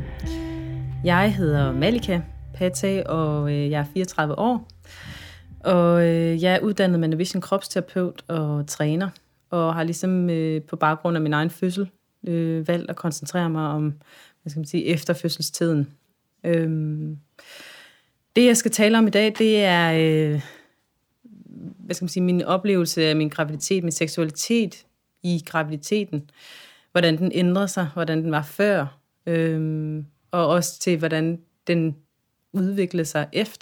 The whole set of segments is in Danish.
Jeg hedder Malika Patay, og jeg er 34 år. Og jeg er uddannet Manovision kropsterapeut og træner, og har ligesom på baggrund af min egen fødsel valgt at koncentrere mig om, efterfødselstiden. Det, jeg skal tale om i dag, det er min oplevelse af min graviditet, min seksualitet i graviditeten. Hvordan den ændrede sig, hvordan den var før, og også til, hvordan den udviklede sig efter.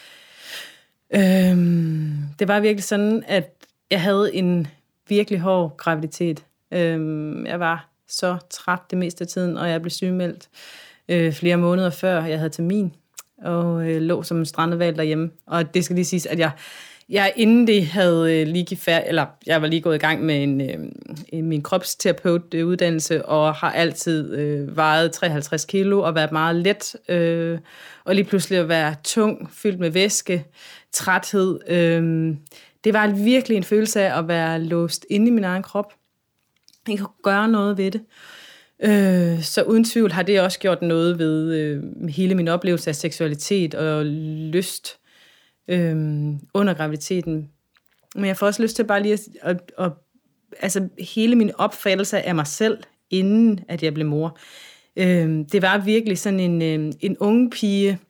Det var virkelig sådan, at jeg havde en virkelig hård graviditet. Jeg var så træt det meste af tiden, og jeg blev sygemeldt flere måneder før jeg havde termin, og lå som en strandet hval derhjemme. Og det skal lige siges, at jeg inden det havde jeg var lige gået i gang med min kropsterapeutuddannelse, og har altid vejet 53 kilo og været meget let, og lige pludselig at være tung, fyldt med væske, træthed. Det var virkelig en følelse af at være låst inde i min egen krop. Jeg kunne gøre noget ved det. Så uden tvivl har det også gjort noget ved hele min oplevelse af seksualitet og lyst under graviditeten. Men jeg får også lyst til bare lige at hele min opfattelse af mig selv, inden at jeg blev mor. Det var virkelig sådan en unge pige,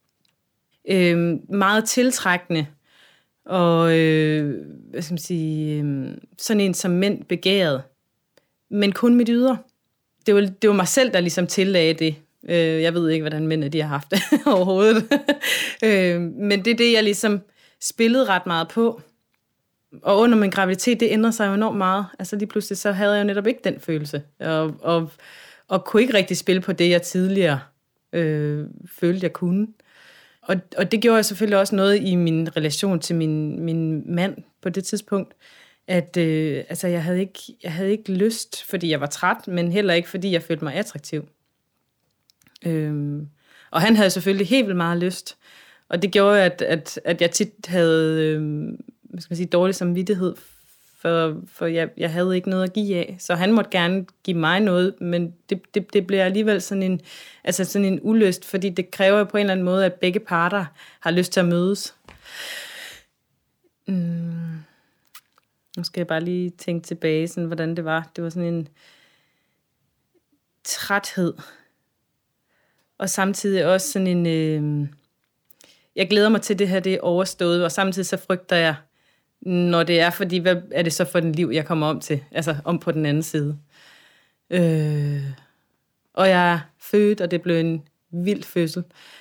meget tiltrækkende, og sådan en som mænd begærede, men kun mit ydre. Det var mig selv, der ligesom tillagde det. Jeg ved ikke, hvordan mændene de har haft det overhovedet. Men det er det, jeg ligesom spillede ret meget på. Og under min graviditet, det ændrede sig jo enormt meget. Altså lige pludselig, så havde jeg jo netop ikke den følelse. Og kunne ikke rigtig spille på det, jeg tidligere følte, jeg kunne. Og det gjorde jeg selvfølgelig også noget i min relation til min mand på det tidspunkt. At jeg havde ikke lyst, fordi jeg var træt, men heller ikke, fordi jeg følte mig attraktiv. Og han havde selvfølgelig helt vildt meget lyst, og det gjorde, at jeg tit havde dårlig samvittighed, for jeg havde ikke noget at give af, så han måtte gerne give mig noget, men det blev alligevel sådan en ulyst, fordi det kræver på en eller anden måde, at begge parter har lyst til at mødes. Nu skal jeg bare lige tænke tilbage, sådan, hvordan det var. Det var sådan en træthed, og samtidig også sådan en... jeg glæder mig til, det her det er overstået, og samtidig så frygter jeg, når det er, fordi hvad er det så for den liv, jeg kommer om til? Altså om på den anden side. Og jeg er født, og det blev en vild fødsel,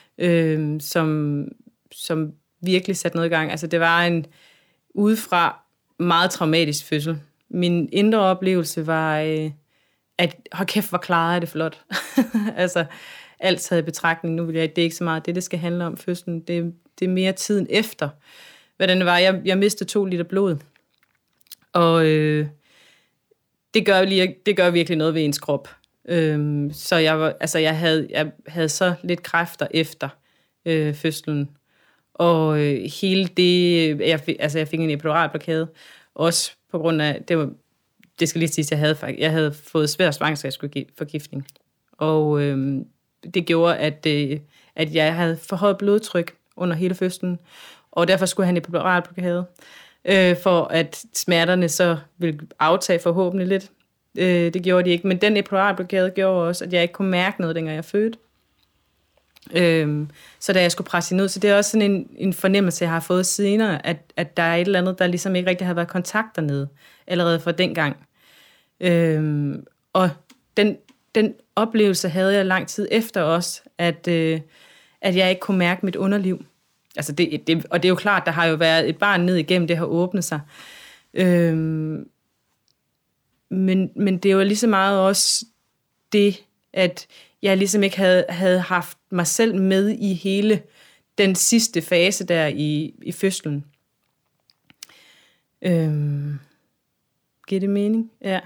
som virkelig satte noget i gang. Altså det var en udefra meget traumatisk fødsel. Min indre oplevelse var, at hold kæft, hvor klarede jeg det flot. Altså alt taget i betragtning. Nu vil det er ikke så meget det skal handle om fødslen. Det er mere tiden efter, hvordan det var. Jeg mistede 2 liter blod. Og det gør virkelig noget ved ens krop. Så jeg havde så lidt kræfter efter fødslen. Og hele det, jeg fik en epiduralblokade, også på grund af, det skal lige siges, jeg havde fået svær svangerskabsforgiftning. Og det gjorde, at jeg havde forhøjet blodtryk under hele fødslen, og derfor skulle han i epiduralblokade, for at smerterne så ville aftage forhåbentlig lidt. Det gjorde de ikke, men den epiduralblokade gjorde også, at jeg ikke kunne mærke noget, dengang jeg fødte. Så da jeg skulle presse hende ud, så det er også sådan en fornemmelse, jeg har fået senere, at der er et eller andet, der ligesom ikke rigtig har været kontakt dernede, allerede fra dengang. Og den oplevelse havde jeg lang tid efter også, at jeg ikke kunne mærke mit underliv. Altså og det er jo klart, der har jo været et barn ned igennem, det har åbnet sig. Men det var lige så meget også det, at jeg ligesom ikke havde haft mig selv med i hele den sidste fase der i fødslen. Giver det mening? Ja.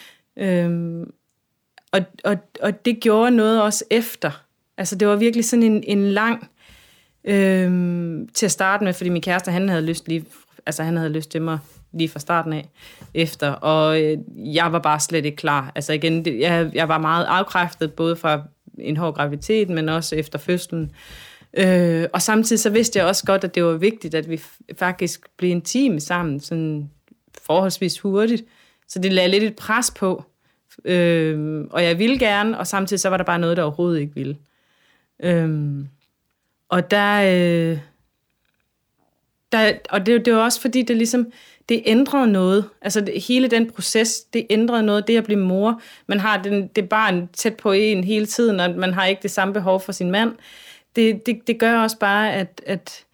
Og det gjorde noget også efter. Altså det var virkelig sådan en lang til at starte med, fordi min kæreste, han havde lyst til mig lige fra starten af efter, og jeg var bare slet ikke klar. Altså igen, jeg var meget afkræftet, både fra en hård graviditet, men også efter fødslen. Og samtidig så vidste jeg også godt, at det var vigtigt, at vi faktisk blev intime sammen, sådan forholdsvis hurtigt. Så det lagde lidt et pres på. Og jeg ville gerne, og samtidig så var der bare noget, der overhovedet ikke ville. Og og det var også fordi, det ligesom, det ændrede noget. Altså hele den proces, det ændrede noget. Det at blive mor, man har det barn tæt på en hele tiden, og man har ikke det samme behov for sin mand. Det gør også bare, at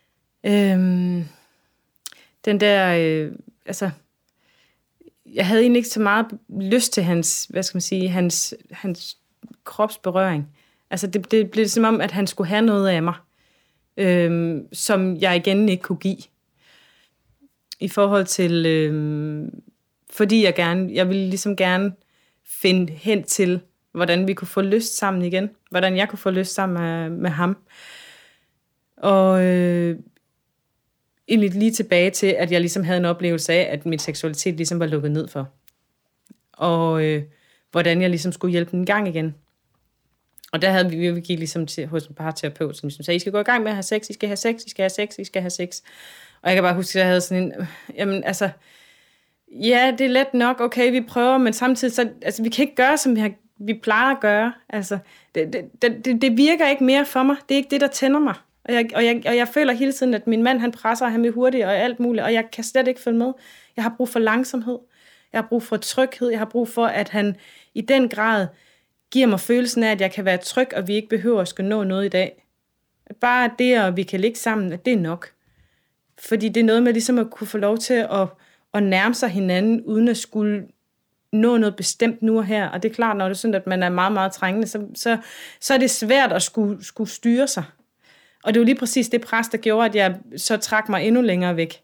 den der, altså, jeg havde egentlig ikke så meget lyst til hans, hvad skal man sige, hans kropsberøring. Altså det blev som om, at han skulle have noget af mig, som jeg igen ikke kunne give. I forhold til, fordi jeg ville ligesom gerne finde hen til, hvordan vi kunne få lyst sammen igen. Hvordan jeg kunne få lyst sammen med ham. Og egentlig lige tilbage til, at jeg ligesom havde en oplevelse af, at min seksualitet ligesom var lukket ned for. Og hvordan jeg ligesom skulle hjælpe den i gang igen. Og der havde vi gik ligesom hos en parterapeut, som ligesom sagde, I skal gå i gang med at have sex, I skal have sex, I skal have sex, I skal have sex. Og jeg kan bare huske, at jeg havde sådan en, jamen altså, ja, det er let nok, okay, vi prøver, men samtidig, så, altså, vi kan ikke gøre, som vi plejer at gøre. Altså, det virker ikke mere for mig. Det er ikke det, der tænder mig. Og jeg føler hele tiden, at min mand, han presser, og han vil hurtigt og alt muligt, og jeg kan slet ikke følge med. Jeg har brug for langsomhed. Jeg har brug for tryghed. Jeg har brug for, at han i den grad giver mig følelsen af, at jeg kan være tryg, og vi ikke behøver at skulle nå noget i dag. Bare det, og vi kan ligge sammen, at det er nok. Fordi det er noget med ligesom at kunne få lov til at nærme sig hinanden, uden at skulle nå noget bestemt nu og her. Og det er klart, når det er sådan, at man er meget, meget trængende, så er det svært at skulle styre sig. Og det var lige præcis det pres, der gjorde, at jeg så trak mig endnu længere væk.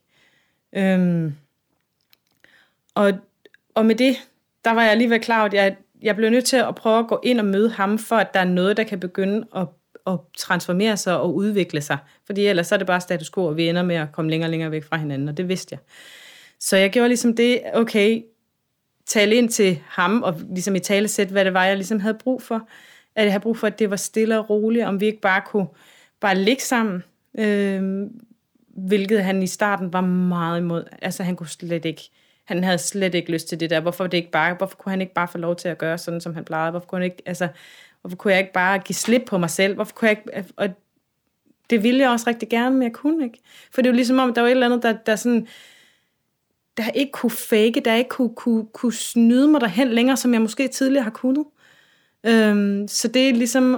Og med det, der var jeg alligevel klar, at jeg blev nødt til at prøve at gå ind og møde ham, for at der er noget, der kan begynde at transformere sig og udvikle sig. Fordi ellers så er det bare status quo, og vi ender med at komme længere og længere væk fra hinanden, og det vidste jeg. Så jeg gjorde ligesom det, okay, tale ind til ham, og ligesom i talesæt, hvad det var, jeg ligesom havde brug for. At jeg havde brug for, at det var stille og roligt, om vi ikke bare kunne ligge sammen, hvilket han i starten var meget imod. Altså han havde slet ikke lyst til det der. Hvorfor kunne han ikke bare få lov til at gøre sådan, som han plejede? Hvorfor kunne jeg ikke bare give slip på mig selv? Hvorfor kunne jeg ikke, og det ville jeg også rigtig gerne, men jeg kunne ikke. For det er jo ligesom om, der var et eller andet, der sådan, der ikke kunne fake, der ikke kunne snyde mig derhen længere, som jeg måske tidligere har kunnet. Så det er ligesom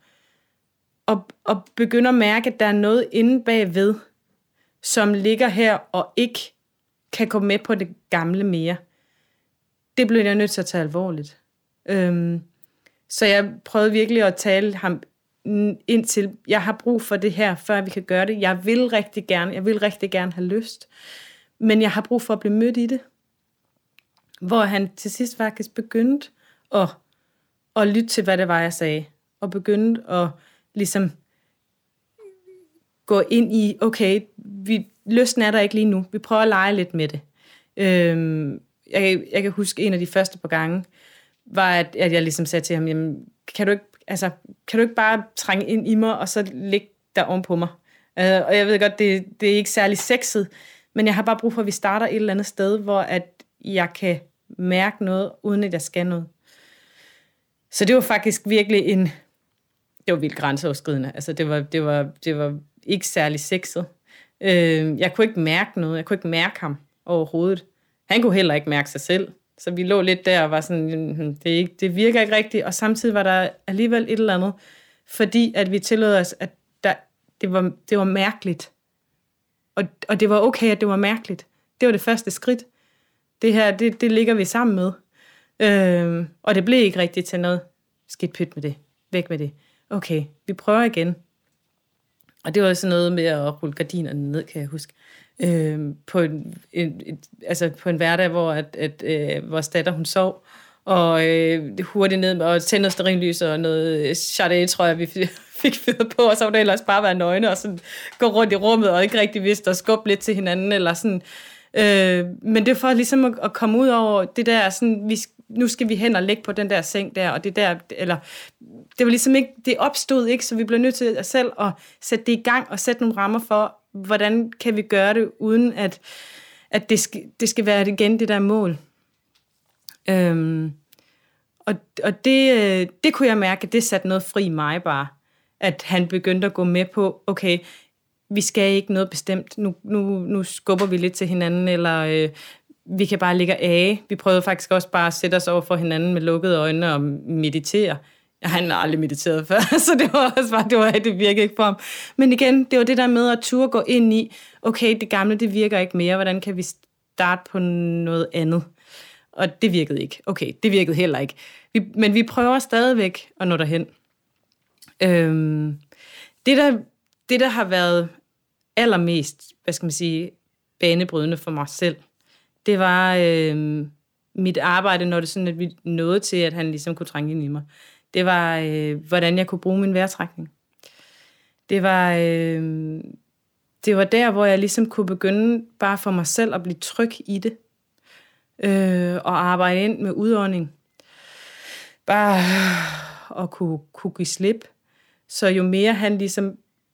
at begynde at mærke, at der er noget inde bagved, som ligger her og ikke kan komme med på det gamle mere. Det blev jeg nødt til at tage alvorligt. Så jeg prøvede virkelig at tale ham ind til, jeg har brug for det her, før vi kan gøre det. Jeg vil rigtig gerne have lyst, men jeg har brug for at blive mødt i det. Hvor han til sidst faktisk begyndte at lytte til, hvad det var, jeg sagde. Og begyndte at ligesom gå ind i, okay, lysten er der ikke lige nu. Vi prøver at lege lidt med det. Jeg kan huske, en af de første par gange, var, at jeg ligesom sagde til ham, jamen, kan du ikke bare trænge ind i mig, og så ligge der oven på mig? Og jeg ved godt, det er ikke særlig sexet, men jeg har bare brug for, at vi starter et eller andet sted, hvor at jeg kan mærke noget, uden at jeg skal noget. Så det var faktisk virkelig det var vildt grænseoverskridende. Altså det var ikke særlig sexet. Jeg kunne ikke mærke noget. Jeg kunne ikke mærke ham overhovedet. Han kunne heller ikke mærke sig selv. Så vi lå lidt der og var sådan, det virker ikke rigtigt. Og samtidig var der alligevel et eller andet, fordi at vi tillod os, at det var mærkeligt. Og det var okay, at det var mærkeligt. Det var det første skridt. Det her, det ligger vi sammen med. Og det blev ikke rigtigt til noget. Skidt pyt med det. Væk med det. Okay, vi prøver igen. Og det var sådan noget med at rulle gardinerne ned, kan jeg huske. På en hverdag, hvor vores datter, hun sov, og hurtigt ned og tænde noget stearinlys og noget Chardonnay, tror jeg, vi fik fyret på, og så var det ellers bare være nøgne og sådan gå rundt i rummet og ikke rigtig vidste og skubbe lidt til hinanden, eller sådan. Men det er for ligesom at komme ud over det der, sådan, nu skal vi hen og ligge på den der seng der, og det der, eller det var ligesom ikke, det opstod ikke, så vi blev nødt til selv at sætte det i gang, og sætte nogle rammer for, hvordan kan vi gøre det, uden at det skal være igen det der mål. Og det kunne jeg mærke, at det satte noget fri i mig bare, at han begyndte at gå med på, okay, vi skal ikke noget bestemt, nu skubber vi lidt til hinanden, eller vi kan bare ligge af. Vi prøvede faktisk også bare at sætte os over for hinanden med lukkede øjne og meditere. Han har aldrig mediteret før, så det var også bare, det virkede ikke for ham. Men igen, det var det der med at turde gå ind i, okay, det gamle, det virker ikke mere, hvordan kan vi starte på noget andet? Og det virkede ikke. Okay, det virkede heller ikke. Men vi prøver stadigvæk at nå derhen. Det, der har været allermest, banebrydende for mig selv, det var mit arbejde, når det sådan, at vi nåede til, at han ligesom kunne trænge ind i mig. Det var, hvordan jeg kunne bruge min vejrtrækning. Det var der, hvor jeg ligesom kunne begynde bare for mig selv at blive tryg i det. Og arbejde ind med udånding. Bare at kunne give slip. Så jo mere han ligesom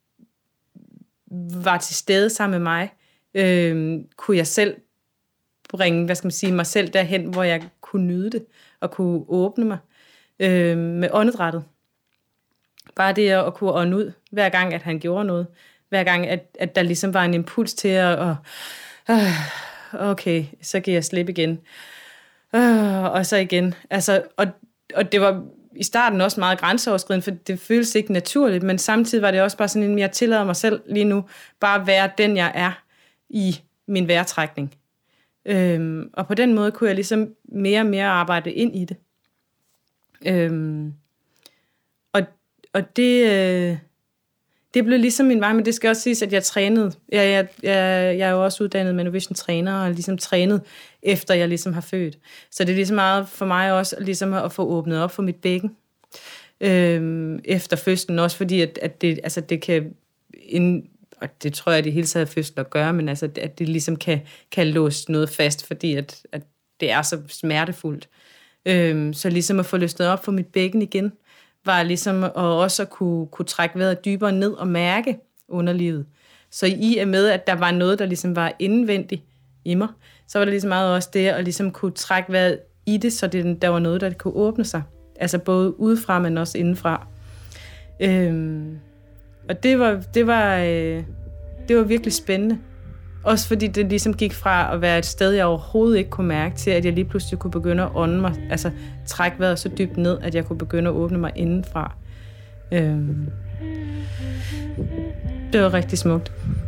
var til stede sammen med mig, kunne jeg selv bringe, mig selv derhen, hvor jeg kunne nyde det, og kunne åbne mig med åndedrættet. Bare det at kunne ånde ud, hver gang, at han gjorde noget. Hver gang, at der ligesom var en impuls til at okay, så giver jeg slip igen. Og så igen. Altså, og det var i starten også meget grænseoverskridende, for det føles ikke naturligt, men samtidig var det også bare sådan, at jeg tillader mig selv lige nu bare at være den, jeg er i min vejrtrækning. Og på den måde kunne jeg ligesom mere og mere arbejde ind i det. Og det blev ligesom min vej, men det skal også siges, at jeg trænede. Jeg er jo også uddannet Manovation træner, og ligesom trænet efter jeg ligesom har født. Så det er ligesom meget for mig også ligesom at få åbnet op for mit bækken efter fødslen, også fordi at det kan, og det tror jeg, det hele taget fødsel at gøre, men altså, at det ligesom kan låse noget fast, fordi at det er så smertefuldt. Så ligesom at få løsnet op for mit bækken igen, var ligesom at også kunne trække vejret dybere ned og mærke underlivet. Så i og med, at der var noget, der ligesom var indvendigt i mig, så var det ligesom meget også det at ligesom kunne trække vejret i det, så der var noget, der kunne åbne sig. Altså både udefra, men også indenfra. Og det var virkelig spændende. Også fordi det ligesom gik fra at være et sted, jeg overhovedet ikke kunne mærke, til at jeg lige pludselig kunne begynde at ånde mig, altså trække vejret så dybt ned, at jeg kunne begynde at åbne mig indenfra. Det var rigtig smukt.